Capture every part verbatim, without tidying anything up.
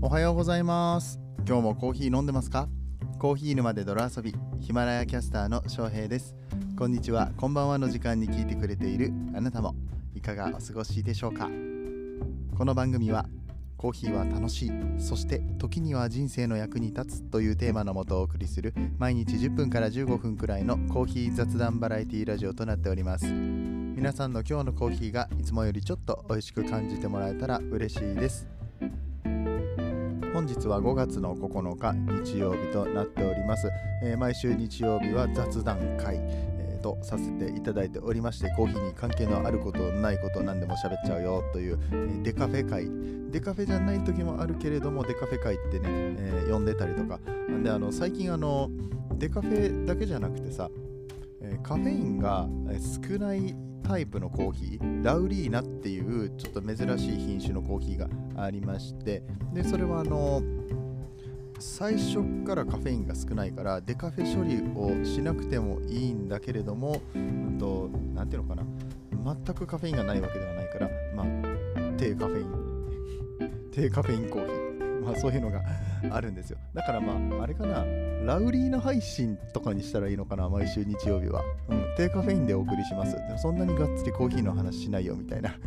おはようございます。今日もコーヒー飲んでますか？コーヒー沼で泥遊び、ヒマラヤキャスターの翔平です。こんにちは、こんばんはの時間に聞いてくれているあなたもいかがお過ごしでしょうか？この番組はコーヒーは楽しい、そして時には人生の役に立つというテーマのもとお送りする毎日じゅっぷんからじゅうごふんくらいのコーヒー雑談バラエティラジオとなっております。皆さんの今日のコーヒーがいつもよりちょっと美味しく感じてもらえたら嬉しいです。本日はごがつのここのか日曜日となっております。えー、毎週日曜日は雑談会、えー、とさせていただいておりまして、コーヒーに関係のあることないこと何でも喋っちゃうよという、えー、デカフェ会。デカフェじゃない時もあるけれども、デカフェ会ってね、えー、呼んでたりとかで、あの最近あのデカフェだけじゃなくてさ、えー、カフェインが少ないタイプのコーヒー、ラウリーナっていうちょっと珍しい品種のコーヒーがありまして、でそれはあの最初からカフェインが少ないからデカフェ処理をしなくてもいいんだけれども、うんとなんていうのかな、全くカフェインがないわけではないから、まあ低カフェイン低カフェインコーヒー、まあそういうのがあるんですよ。だからまああれかな、ラウリーナ配信とかにしたらいいのかな、毎週日曜日は、うん、低カフェインでお送りします。でもそんなにがっつりコーヒーの話しないよみたいな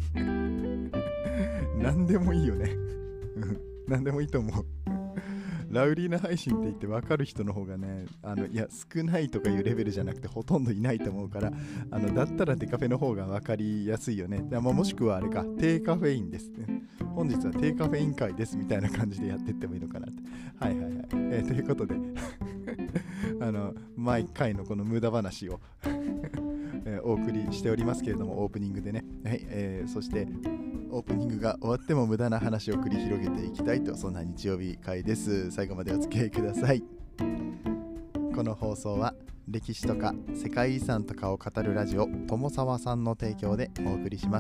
なんでもいいよねなんでもいいと思うラウリーナ配信って言って分かる人の方がね、あのいや少ないとかいうレベルじゃなくてほとんどいないと思うから、あのだったらデカフェの方が分かりやすいよね。でももしくはあれか、低カフェインですね。本日は低カフェイン会ですみたいな感じでやっていってもいいのかなって。はいはいはい。えー、ということであの毎回のこの無駄話をえー、お送りしておりますけれども、オープニングでね、はい、えー、そしてオープニングが終わっても無駄な話を繰り広げていきたいと、そんな日曜日会です。最後までお付き合いください。この放送は歴史とか世界遺産とかを語るラジオ友沢さんの提供でお送りします。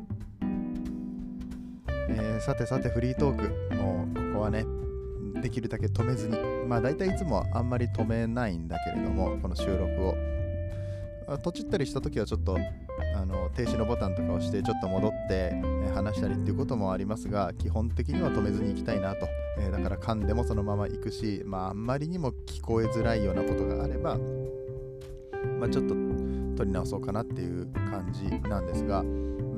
えー、さてさてフリートーク、もうここはねできるだけ止めずに、まあ大体いつもはあんまり止めないんだけれども、この収録を閉じったりした時はちょっとあの停止のボタンとかをしてちょっと戻って、えー、話したりっていうこともありますが、基本的には止めずに行きたいなと、えー、だから噛んでもそのまま行くし、まああんまりにも聞こえづらいようなことがあれば、まあ、ちょっと取り直そうかなっていう感じなんですが、うん、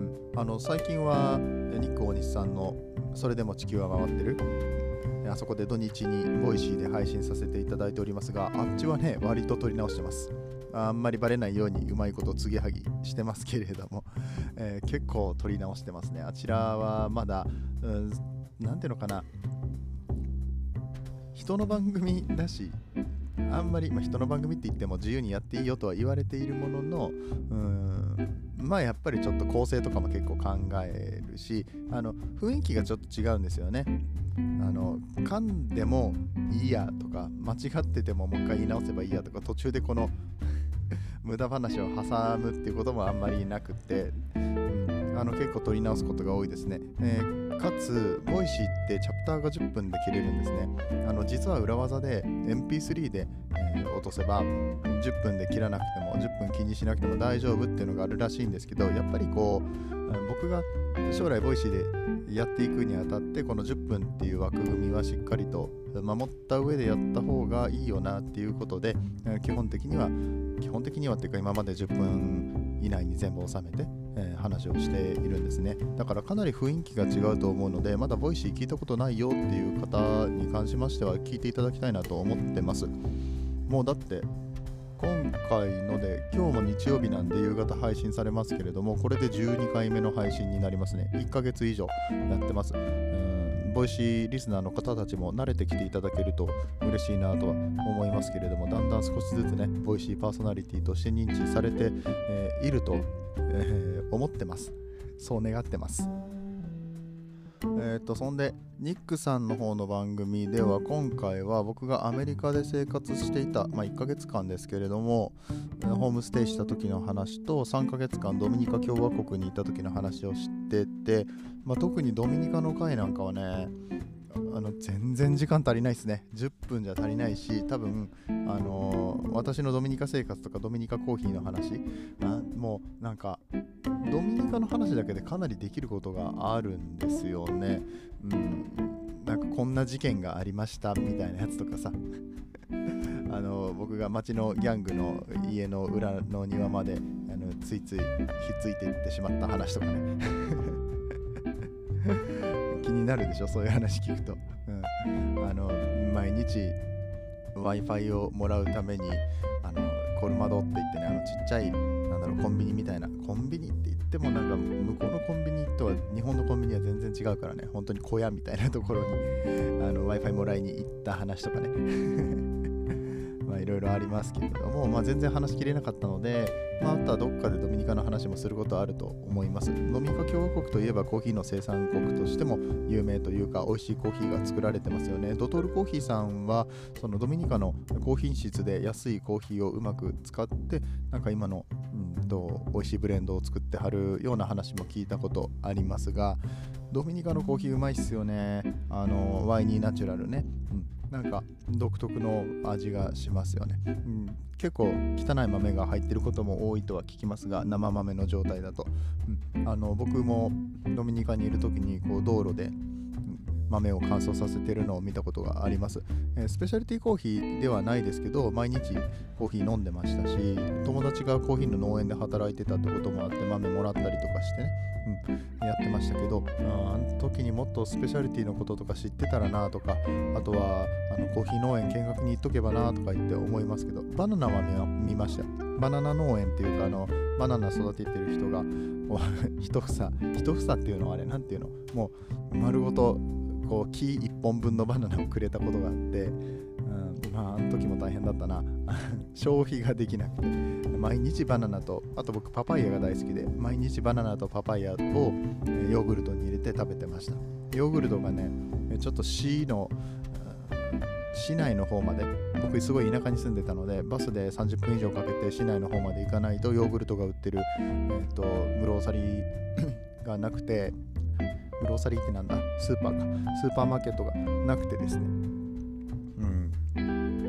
あの最近はニック大西さんのそれでも地球は回ってる、あそこで土日にボイシーで配信させていただいておりますが、あっちはね割と取り直してます。あんまりバレないようにうまいこと継ぎはぎしてますけれども、えー、結構取り直してますね。あちらはまだ、うん、なんていうのかな、人の番組だし、あんまり、まあ、人の番組って言っても自由にやっていいよとは言われているものの、うーんまあやっぱりちょっと構成とかも結構考えるし、あの雰囲気がちょっと違うんですよね。あの噛んでもいいやとか、間違っててももう一回言い直せばいいやとか、途中でこの無駄話を挟むっていうこともあんまりなくて、うん、あの結構取り直すことが多いですね。えー、かつボイシーってチャプターがじゅっぷんで切れるんですね。あの実は裏技で エムピースリー で、えー、落とせばじゅっぷんで切らなくてもじゅっぷん気にしなくても大丈夫っていうのがあるらしいんですけど、やっぱりこう僕が将来ボイシーでやっていくにあたって、このじゅっぷんっていう枠組みはしっかりと守った上でやった方がいいよなっていうことで、基本的には基本的にはっていうか今までじゅっぷん以内に全部収めて、えー、話をしているんですね。だからかなり雰囲気が違うと思うので、まだボイシー聞いたことないよっていう方に関しましては聞いていただきたいなと思ってます。もうだって今回ので今日も日曜日なんで夕方配信されますけれども、これでじゅうにかいめの配信になりますね。いっかげつ以上やってます。うーんボイシーリスナーの方たちも慣れてきていただけると嬉しいなとは思いますけれども、だんだん少しずつねボイシーパーソナリティとして認知されて、えー、いると、えー、思ってます。そう願ってます。えーとそんでニックさんの方の番組では、今回は僕がアメリカで生活していた、まあ、いっかげつかんですけれども、ホームステイした時の話とさんかげつかんドミニカ共和国にいた時の話をしてて、まあ、特にドミニカの回なんかはね、あの全然時間足りないですね。じゅっぷんじゃ足りないし、多分、あのー、私のドミニカ生活とかドミニカコーヒーの話、あもうなんかドミニカの話だけでかなりできることがあるんですよね。うんなんかこんな事件がありましたみたいなやつとかさあの僕が町のギャングの家の裏の庭まであのついついひっついていってしまった話とかね気になるでしょ、そういう話聞くと、うん、あの毎日 Wi-Fi をもらうためにあのコルマドって言ってね、あのちっちゃいなんだろうコンビニみたいな、コンビニって言ってもなんか向こうのコンビニとは日本のコンビニは全然違うからね、本当に小屋みたいなところにあの Wi-Fi もらいに行った話とかねまあいろいろありますけれども、まあ、全然話しきれなかったので、まあ、あとはどっかでドミニカの話もすることあると思います。ドミニカ共和国といえばコーヒーの生産国としても有名というか、美味しいコーヒーが作られてますよね。ドトールコーヒーさんはそのドミニカの高品質で安いコーヒーをうまく使って、なんか今の、うん、と美味しいブレンドを作ってはるような話も聞いたことありますが、ドミニカのコーヒーうまいっすよね。あのワイニーナチュラルね、うんなんか独特の味がしますよね、うん、結構汚い豆が入ってることも多いとは聞きますが、生豆の状態だと、うん、あの僕もドミニカにいる時にこう道路で、うん、豆を乾燥させてるのを見たことがあります、えー、スペシャリティコーヒーではないですけど、毎日コーヒー飲んでましたし、友達がコーヒーの農園で働いてたってこともあって豆もらったりとかしてね、うん、やってましたけど、あ, あの時にもっとスペシャリティのこととか知ってたらなとか、あとはあのコーヒー農園見学に行っとけばなとか言って思いますけど、バナナは 見, 見ました。バナナ農園っていうか、あのバナナ育ててる人が一房一房っていうのはあれなんていうの、もう丸ごとこう木一本分のバナナをくれたことがあって、うん、まああの時も大変だったな消費ができなくて、毎日バナナと、あと僕パパイヤが大好きで、毎日バナナとパパイヤをヨーグルトに入れて食べてました。ヨーグルトがねちょっと市の市内の方まで、僕すごい田舎に住んでたのでバスでさんじゅっぷん以上かけて市内の方まで行かないとヨーグルトが売ってる、えー、とグローサリーがなくて、グローサリーってなんだ、スーパーか、スーパーマーケットがなくてですね、うん、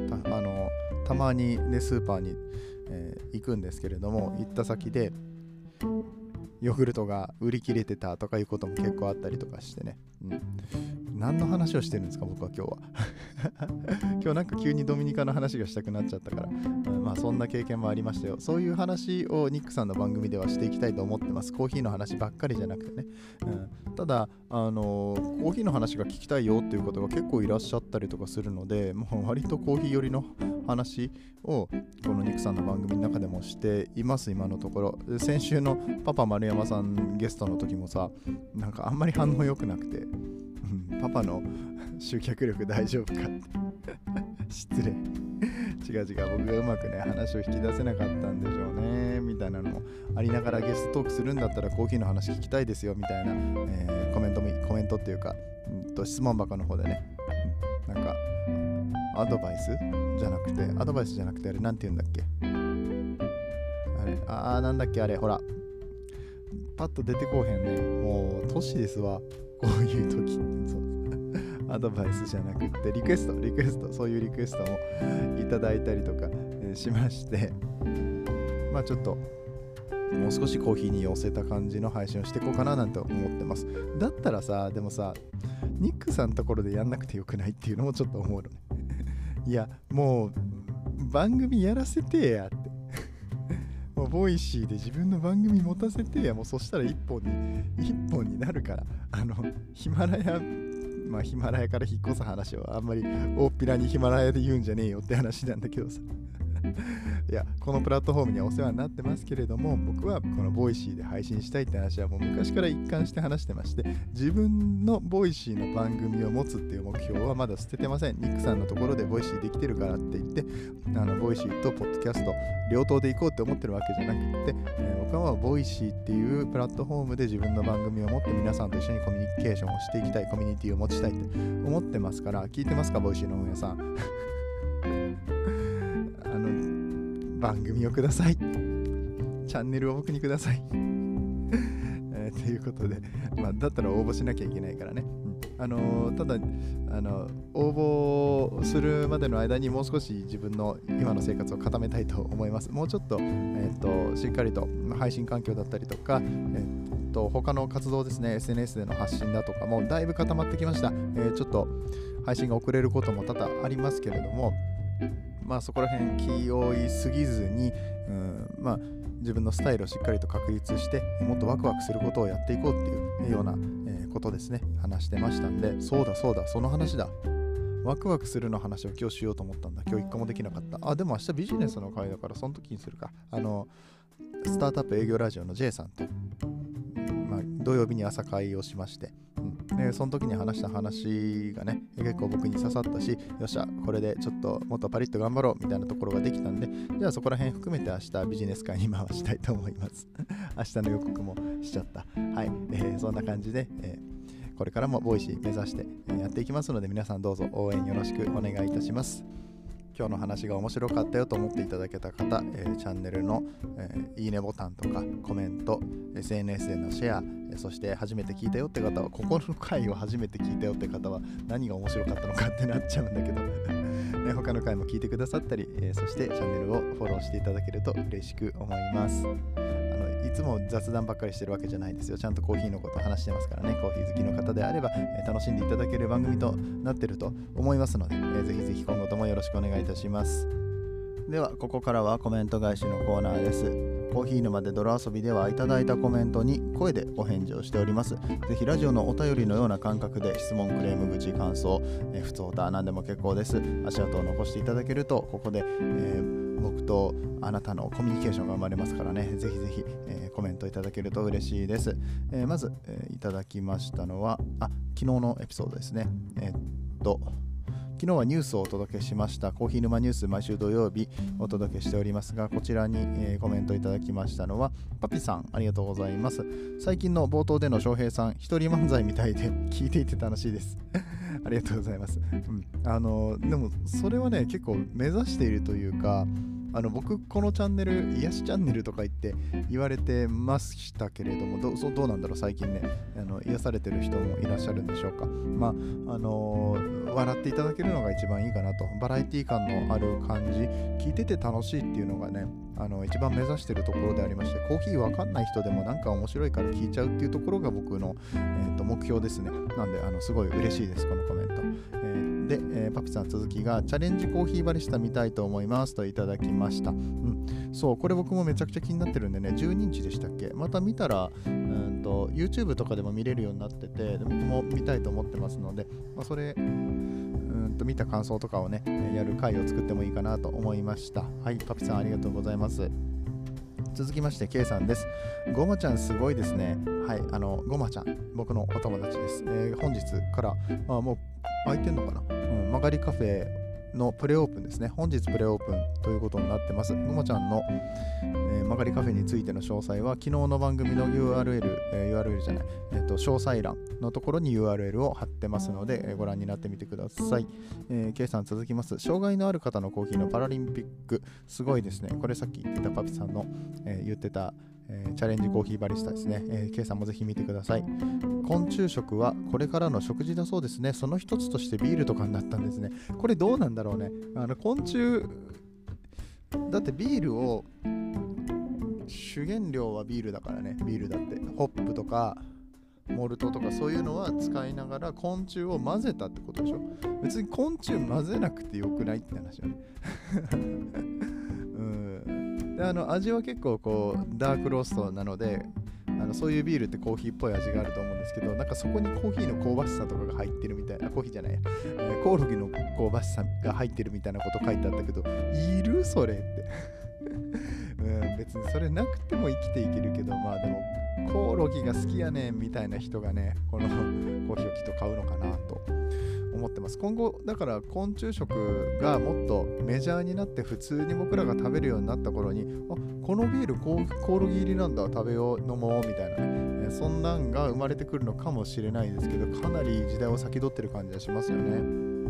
た, あのたまにねスーパーに、えー、行くんですけれども、行った先でヨーグルトが売り切れてたとかいうことも結構あったりとかしてね、うん、何の話をしてるんですか僕は今日は今日なんか急にドミニカの話がしたくなっちゃったから、うん、まあそんな経験もありましたよ。そういう話をニックさんの番組ではしていきたいと思ってます。コーヒーの話ばっかりじゃなくてね、うん、ただあのー、コーヒーの話が聞きたいよっていう方が結構いらっしゃったりとかするので、もう割とコーヒー寄りの話をこのニックさんの番組の中でもしています今のところ。で先週のパパ丸山さんゲストの時もさ、なんかあんまり反応良くなくて、うん、パパの集客力大丈夫かって失礼違う違う、僕がうまくね話を引き出せなかったんでしょうねみたいなのもありながら、ゲストトークするんだったらコーヒーの話聞きたいですよみたいな、えー、コメントコメントっていうか、うん、と質問箱の方でね、うん、なんかアドバイスじゃなくてアドバイスじゃなくてあれなんて言うんだっけ、あれあーなんだっけあれ、ほらパッと出てこうへんね、もう年ですわこういう時って。そうアドバイスじゃなくってリクエストリクエストそういうリクエストもいただいたりとか、えー、しまして、まあちょっともう少しコーヒーに寄せた感じの配信をしていこうかななんて思ってます。だったらさ、でもさニックさんのところでやんなくてよくないっていうのもちょっと思うのねいやもう番組やらせてやってもうボイシーで自分の番組持たせてや、もうそしたら一本に一本になるから、あのヒマラヤまあヒマラヤから引っ越す話はあんまり大っぴらにヒマラヤで言うんじゃねえよって話なんだけどさいやこのプラットフォームにはお世話になってますけれども、僕はこのボイシーで配信したいって話はもう昔から一貫して話してまして、自分のボイシーの番組を持つっていう目標はまだ捨ててません。ニックさんのところでボイシーできてるからって言って、あのボイシーとポッドキャスト両党で行こうって思ってるわけじゃなくって、えー、僕はボイシーっていうプラットフォームで自分の番組を持って皆さんと一緒にコミュニケーションをしていきたい、コミュニティを持ちたいって思ってますから、聞いてますかボイシーの運営さんあの番組をください、チャンネルを僕にください、えー、ということで、まあ、だったら応募しなきゃいけないからね、うん、あのー、ただあの応募するまでの間にもう少し自分の今の生活を固めたいと思います。もうちょっと、えー、としっかりと配信環境だったりとか、えー、とと他の活動ですね、 エスエヌエス での発信だとかもだいぶ固まってきました。えー、ちょっと配信が遅れることも多々ありますけれども、まあそこら辺気負いすぎずに、うん、まあ自分のスタイルをしっかりと確立してもっとワクワクすることをやっていこうっていうような、えー、ことですね、話してましたんで、そうだそうだ、その話だ、ワクワクするの話を今日しようと思ったんだ。今日一個もできなかった。あ、でも明日ビジネスの会だからその時にするか。あのスタートアップ営業ラジオの J さんと、まあ、土曜日に朝会をしまして、うん、でその時に話した話がね結構僕に刺さったし、よっしゃこれでちょっともっとパリッと頑張ろうみたいなところができたんで、じゃあそこら辺含めて明日ビジネス会に回したいと思います明日の予告もしちゃった。はい、えー、そんな感じで、えーこれからもボイシー目指してやっていきますので、皆さんどうぞ応援よろしくお願いいたします。今日の話が面白かったよと思っていただけた方、えー、チャンネルの、えー、いいねボタンとかコメント、エスエヌエス でのシェア、そして初めて聞いたよって方は、ここの回を初めて聞いたよって方は何が面白かったのかってなっちゃうんだけどね、他の回も聞いてくださったり、えー、そしてチャンネルをフォローしていただけると嬉しく思います。いつも雑談ばっかりしてるわけじゃないですよ。ちゃんとコーヒーのこと話してますからね。コーヒー好きの方であれば、えー、楽しんでいただける番組となっていると思いますので、えー、ぜひぜひ今後ともよろしくお願いいたします。ではここからはコメント返しのコーナーです。コーヒー沼で泥遊びではいただいたコメントに声でお返事をしております。ぜひラジオのお便りのような感覚で質問、クレーム、口、感想、えー、普通オタ何でも結構です。足跡を残していただけるとここで、えー、僕とあなたのコミュニケーションが生まれますからね、ぜひぜひ、えー、コメントいただけると嬉しいです。えー、まず、えー、いただきましたのはあ昨日のエピソードですね。えー、っと昨日はニュースをお届けしました。コーヒー沼ニュース毎週土曜日お届けしておりますが、こちらに、えー、コメントいただきましたのはパピさん、ありがとうございます。最近の冒頭での翔平さん一人漫才みたいで聞いていて楽しいですありがとうございます、うん、あのでもそれはね結構目指しているというか、あの僕このチャンネル癒しチャンネルとか言って言われてましたけれども、ど う, どうなんだろう最近ね、あの癒されてる人もいらっしゃるんでしょうか。まああのー、笑っていただけるのが一番いいかなと。バラエティ感のある感じ、聞いてて楽しいっていうのがね、あの一番目指してるところでありまして、コーヒーわかんない人でもなんか面白いから聞いちゃうっていうところが僕の、えー、と目標ですね。なんであのすごい嬉しいですこのコメント。えー、で、えー、パピさん続きがチャレンジコーヒーバリスタ見たいと思いますといただきました。うん、そうこれ僕もめちゃくちゃ気になってるんでね、じゅうににちでしたっけ、また見たらうんと YouTube とかでも見れるようになってて、僕も見たいと思ってますので、まあ、それうんと見た感想とかをねやる回を作ってもいいかなと思いました。はい、パピさんありがとうございます。続きまして K さんです。ごまちゃんすごいですね。はい、あのごまちゃん僕のお友達です、えー、本日からあもう開いてんのかな、うん、曲がりカフェのプレオープンですね。本日プレオープンということになってます。ごまちゃんの、えー、曲がりカフェについての詳細は昨日の番組の ユーアールエル、えー、ユーアールエル じゃない、えーと、詳細欄のところに ユーアールエル を貼ってますので、えー、ご覧になってみてください。えー、K さん続きます。障害のある方のコーヒーのパラリンピックすごいですね。これさっき言ってたパピさんの、えー、言ってたえー、チャレンジコーヒーバリスタですね。えー、K さんもぜひ見てください。昆虫食はこれからの食事だそうですね。その一つとしてビールとかになったんですね。これどうなんだろうね。あの昆虫だってビールを主原料はビールだからね。ビールだってホップとかモルトとかそういうのは使いながら昆虫を混ぜたってことでしょ。別に昆虫混ぜなくてよくないって話よね。であの味は結構こうダークローストなので、あのそういうビールってコーヒーっぽい味があると思うんですけど、なんかそこにコーヒーの香ばしさとかが入ってるみたいな、コーヒーじゃないや、えー、コオロギの香ばしさが入ってるみたいなこと書いてあったけど、いるそれってうん、別にそれなくても生きていけるけど、まあでもコオロギが好きやねんみたいな人がね、このコーヒーをきっと買うのかなと思ってます。今後だから昆虫食がもっとメジャーになって普通に僕らが食べるようになった頃に、あこのビールコオロギ入りなんだ、食べよう飲もうみたいなね、えそんなんが生まれてくるのかもしれないですけど、かなり時代を先取ってる感じがしますよね。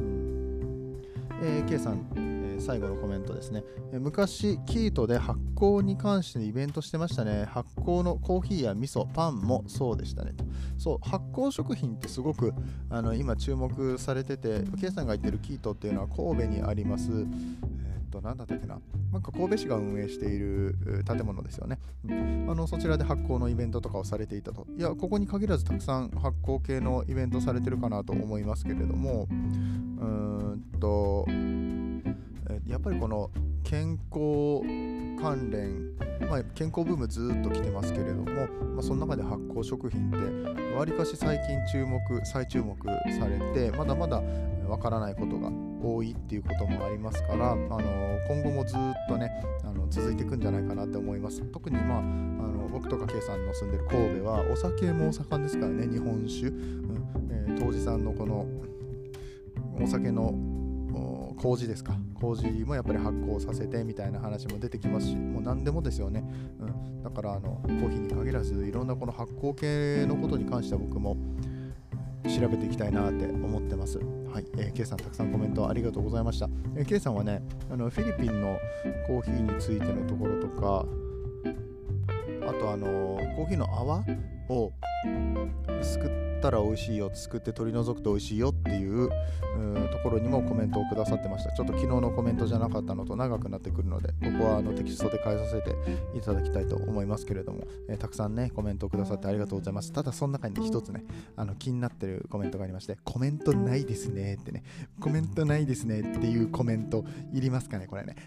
えー、K さん、えー、最後のコメントですね。えー、昔キートで発酵に関してイベントしてましたね。発酵のコーヒーや味噌、パンもそうでしたねと。そう発酵食品ってすごくあの今注目されてて、K さんが言ってるキートっていうのは神戸にあります、えー、 ー、と、なんだったっけな、なんか神戸市が運営している建物ですよね。うん、あのそちらで発酵のイベントとかをされていたと。いや、ここに限らずたくさん発酵系のイベントされてるかなと思いますけれども、うーんと、やっぱりこの健康関連、まあ、健康ブームずっと来てますけれども、まあ、その中で発酵食品ってわりかし最近注目再注目されて、まだまだわからないことが多いっていうこともありますから、あの今後もずっとねあの続いていくんじゃないかなって思います。特に、まあ、あの僕とか K さんの住んでる神戸はお酒も盛んですからね。日本酒、うんえー、当時産のこのお酒の麹ですか、麹もやっぱり発酵させてみたいな話も出てきますし、もう何でもですよね。うん、だからあのコーヒーに限らずいろんなこの発酵系のことに関しては僕も調べていきたいなって思ってます。はい、えー、K さんたくさんコメントありがとうございました。えー、K さんはね、あのフィリピンのコーヒーについてのところとか、あとあのコーヒーの泡をすくったら美味しいよ、すくって取り除くと美味しいよっていう、うところにもコメントをくださってました。ちょっと昨日のコメントじゃなかったのと長くなってくるので、ここはあのテキストで返させていただきたいと思いますけれども、えー、たくさんねコメントをくださってありがとうございます。ただその中に一つね、あの気になってるコメントがありまして、コメントないですねってね、コメントないですねっていうコメントいりますかね、これね。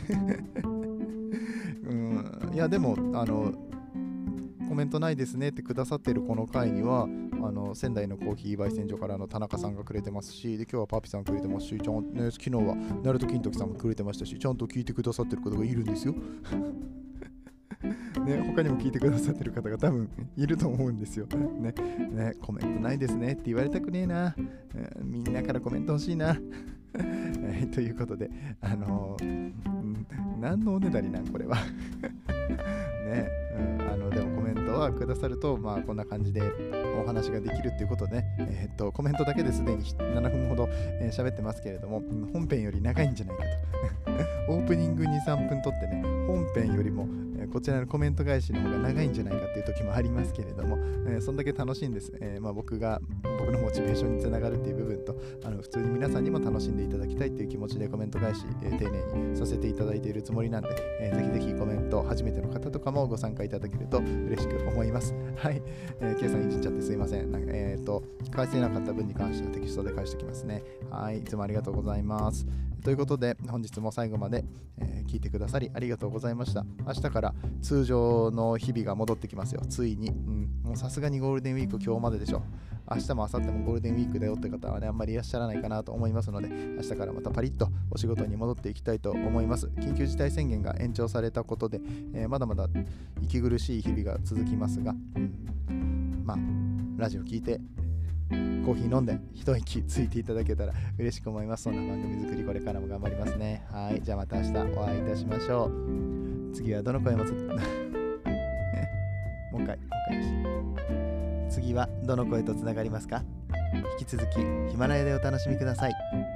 うん、いやでもあのコメントないですねってくださってるこの回には、あの仙台のコーヒー焙煎所からの田中さんがくれてますし、で今日はパピさんくれてますし、ちゃん、ね、昨日はナルト金時さんもくれてましたし、ちゃんと聞いてくださってる方がいるんですよ。ね、他にも聞いてくださってる方が多分いると思うんですよ。ね、ね、コメントないですねって言われたくねえな。うん、みんなからコメント欲しいな。はい、ということで、あのー、うん、何のおねだりなんこれは。ね、うん、あのでもコメントはくださると、まあこんな感じでお話ができるっていうことで、えー、っとコメントだけですでにななふんほど喋、えー、ってますけれども、本編より長いんじゃないかと。オープニングに、さんぷん撮ってね、本編よりもこちらのコメント返しの方が長いんじゃないかっていう時もありますけれども、えー、そんだけ楽しいんです、えーまあ、僕が僕のモチベーションにつながるっていう部分と、あの普通に皆さんにも楽しんでいただきたいっていう気持ちでコメント返し、えー、丁寧にさせていただいているつもりなんで、えー、ぜひぜひコメント初めての方とかもご参加いただけると嬉しく思います。はい、えー、K さんいじっちゃってすいません。なんかえっと返せなかった分に関してはテキストで返しておきますね。はい、いつもありがとうございます。ということで本日も最後まで、えー、聞いてくださりありがとうございました。明日から通常の日々が戻ってきますよ、ついに。うん、もうさすがにゴールデンウィーク今日まででしょ。明日も明後日もゴールデンウィークだよって方はね、あんまりいらっしゃらないかなと思いますので、明日からまたパリッとお仕事に戻っていきたいと思います。緊急事態宣言が延長されたことで、えー、まだまだ息苦しい日々が続きますが、うん、まあラジオ聞いてコーヒー飲んで一息ついていただけたら嬉しく思います。そんな番組作りこれからも頑張りますね。はい、じゃあまた明日お会いいたしましょう。次はどの声もつもう一回もう一回次はどの声とつながりますか？引き続きヒマラヤでお楽しみください。